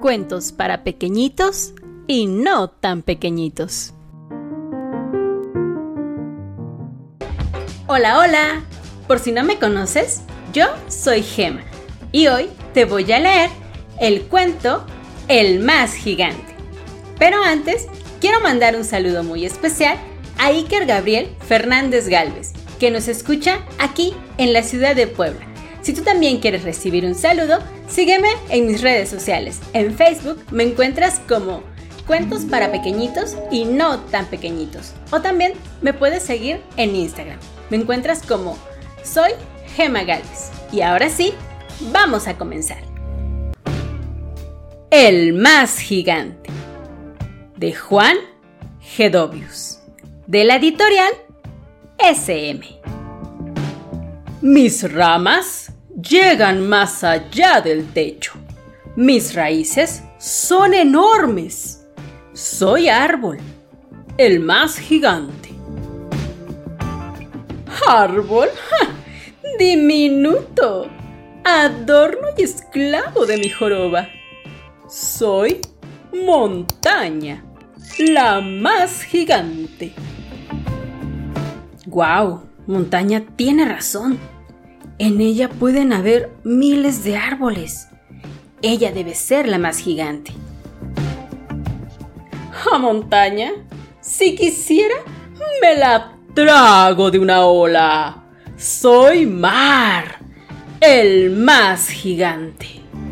Cuentos para pequeñitos y no tan pequeñitos. Hola, hola. Por si no me conoces, yo soy Gema y hoy te voy a leer el cuento El más gigante. Pero antes, quiero mandar un saludo muy especial a Iker Gabriel Fernández Gálvez, que nos escucha aquí en la ciudad de Puebla. Si tú también quieres recibir un saludo, sígueme en mis redes sociales. En Facebook me encuentras como Cuentos para Pequeñitos y No Tan Pequeñitos. O también me puedes seguir en Instagram. Me encuentras como Soy Gema Gálvez. Y ahora sí, vamos a comenzar. El más gigante, de Juan Gedovius, de la editorial SM. Mis ramas llegan más allá del techo. Mis raíces son enormes. Soy árbol, el más gigante. ¿Árbol? ¡Ja! Diminuto, adorno y esclavo de mi joroba. Soy montaña, la más gigante. ¡Guau! Montaña tiene razón. En ella pueden haber miles de árboles. Ella debe ser la más gigante. ¿A montaña? Si quisiera, me la trago de una ola. Soy mar, el más gigante.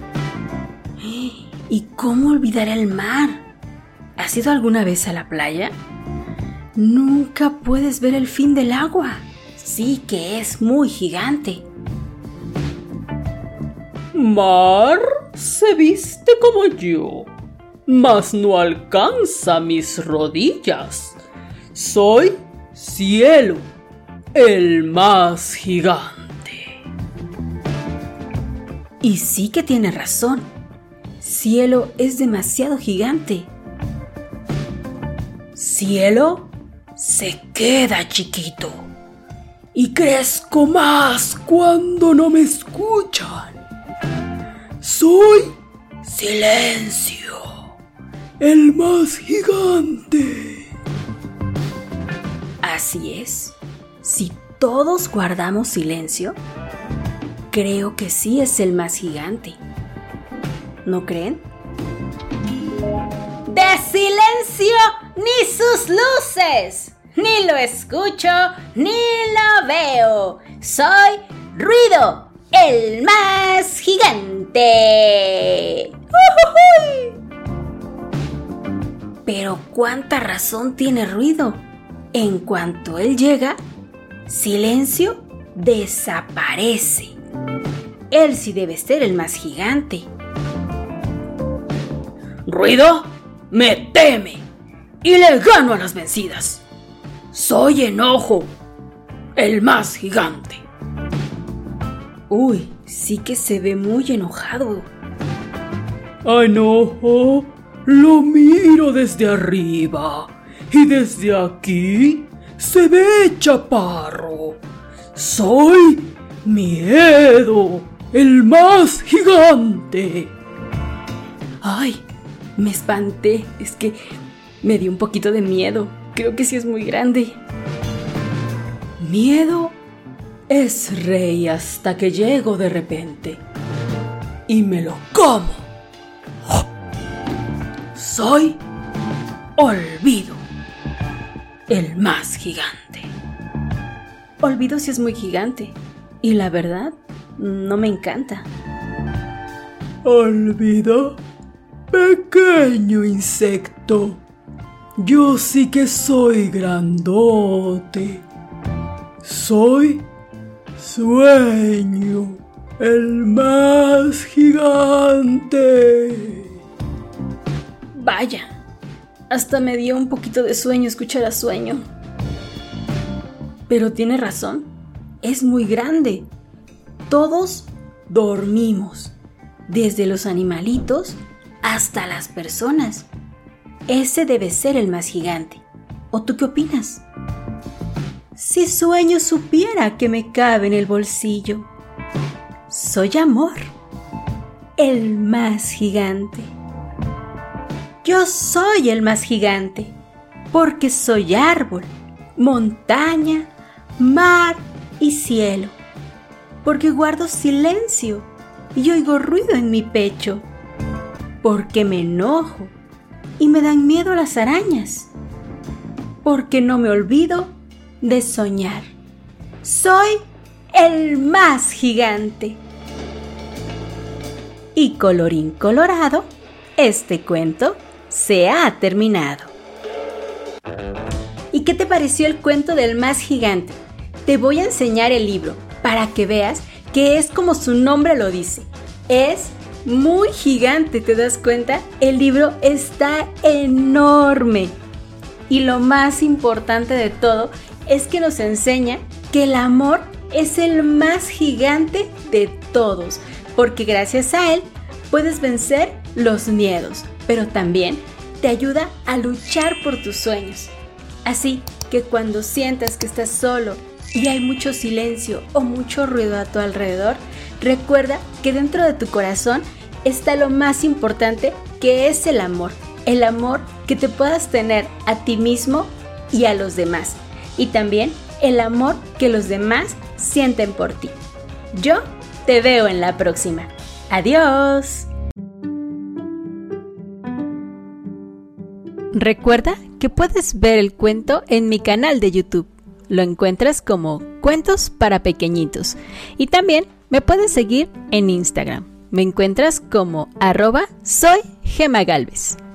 ¿Y cómo olvidar el mar? ¿Has ido alguna vez a la playa? Nunca puedes ver el fin del agua. Sí que es muy gigante. Mar se viste como yo, mas no alcanza mis rodillas. Soy cielo, el más gigante. Y sí que tiene razón. Cielo es demasiado gigante. Cielo se queda chiquito y crezco más cuando no me escuchan. Soy silencio, el más gigante. Así es. Si todos guardamos silencio, creo que sí es el más gigante. ¿No creen? De silencio ni sus luces. Ni lo escucho, ni lo veo. Soy ruido, el más gigante. ¡Ujujuy! Pero ¿cuánta razón tiene ruido? En cuanto él llega, silencio desaparece. Él sí debe ser el más gigante. Ruido me teme y le gano a las vencidas. Soy enojo, el más gigante. Uy, sí que se ve muy enojado. Enojo, lo miro desde arriba y desde aquí se ve chaparro. Soy miedo, el más gigante. Ay, me espanté, es que me dio un poquito de miedo. Creo que sí es muy grande. Miedo es rey hasta que llego de repente y me lo como. Soy olvido, el más gigante. Olvido sí es muy gigante y la verdad no me encanta. Olvido, pequeño insecto. Yo sí que soy grandote. Soy sueño, el más gigante. Vaya, hasta me dio un poquito de sueño escuchar a Sueño. Pero tiene razón, es muy grande. Todos dormimos, desde los animalitos hasta las personas. Ese debe ser el más gigante. ¿O tú qué opinas? Si Sueño supiera que me cabe en el bolsillo. Soy amor, el más gigante. Yo soy el más gigante, porque soy árbol, montaña, mar y cielo, porque guardo silencio y oigo ruido en mi pecho, porque me enojo y me dan miedo las arañas, porque no me olvido de soñar. Soy el más gigante. Y colorín colorado, este cuento se ha terminado. ¿Y qué te pareció el cuento del más gigante? Te voy a enseñar el libro para que veas que es como su nombre lo dice. Es muy gigante, ¿te das cuenta? El libro está enorme. Y lo más importante de todo es que nos enseña que el amor es el más gigante de todos, porque gracias a él puedes vencer los miedos, pero también te ayuda a luchar por tus sueños. Así que cuando sientas que estás solo y hay mucho silencio o mucho ruido a tu alrededor, recuerda que dentro de tu corazón está lo más importante, que es el amor que te puedas tener a ti mismo y a los demás, y también el amor que los demás sienten por ti. Yo te veo en la próxima. ¡Adiós! Recuerda que puedes ver el cuento en mi canal de YouTube. Lo encuentras como Cuentos para Pequeñitos. Y también me puedes seguir en Instagram. Me encuentras como @soyGemaGalvez.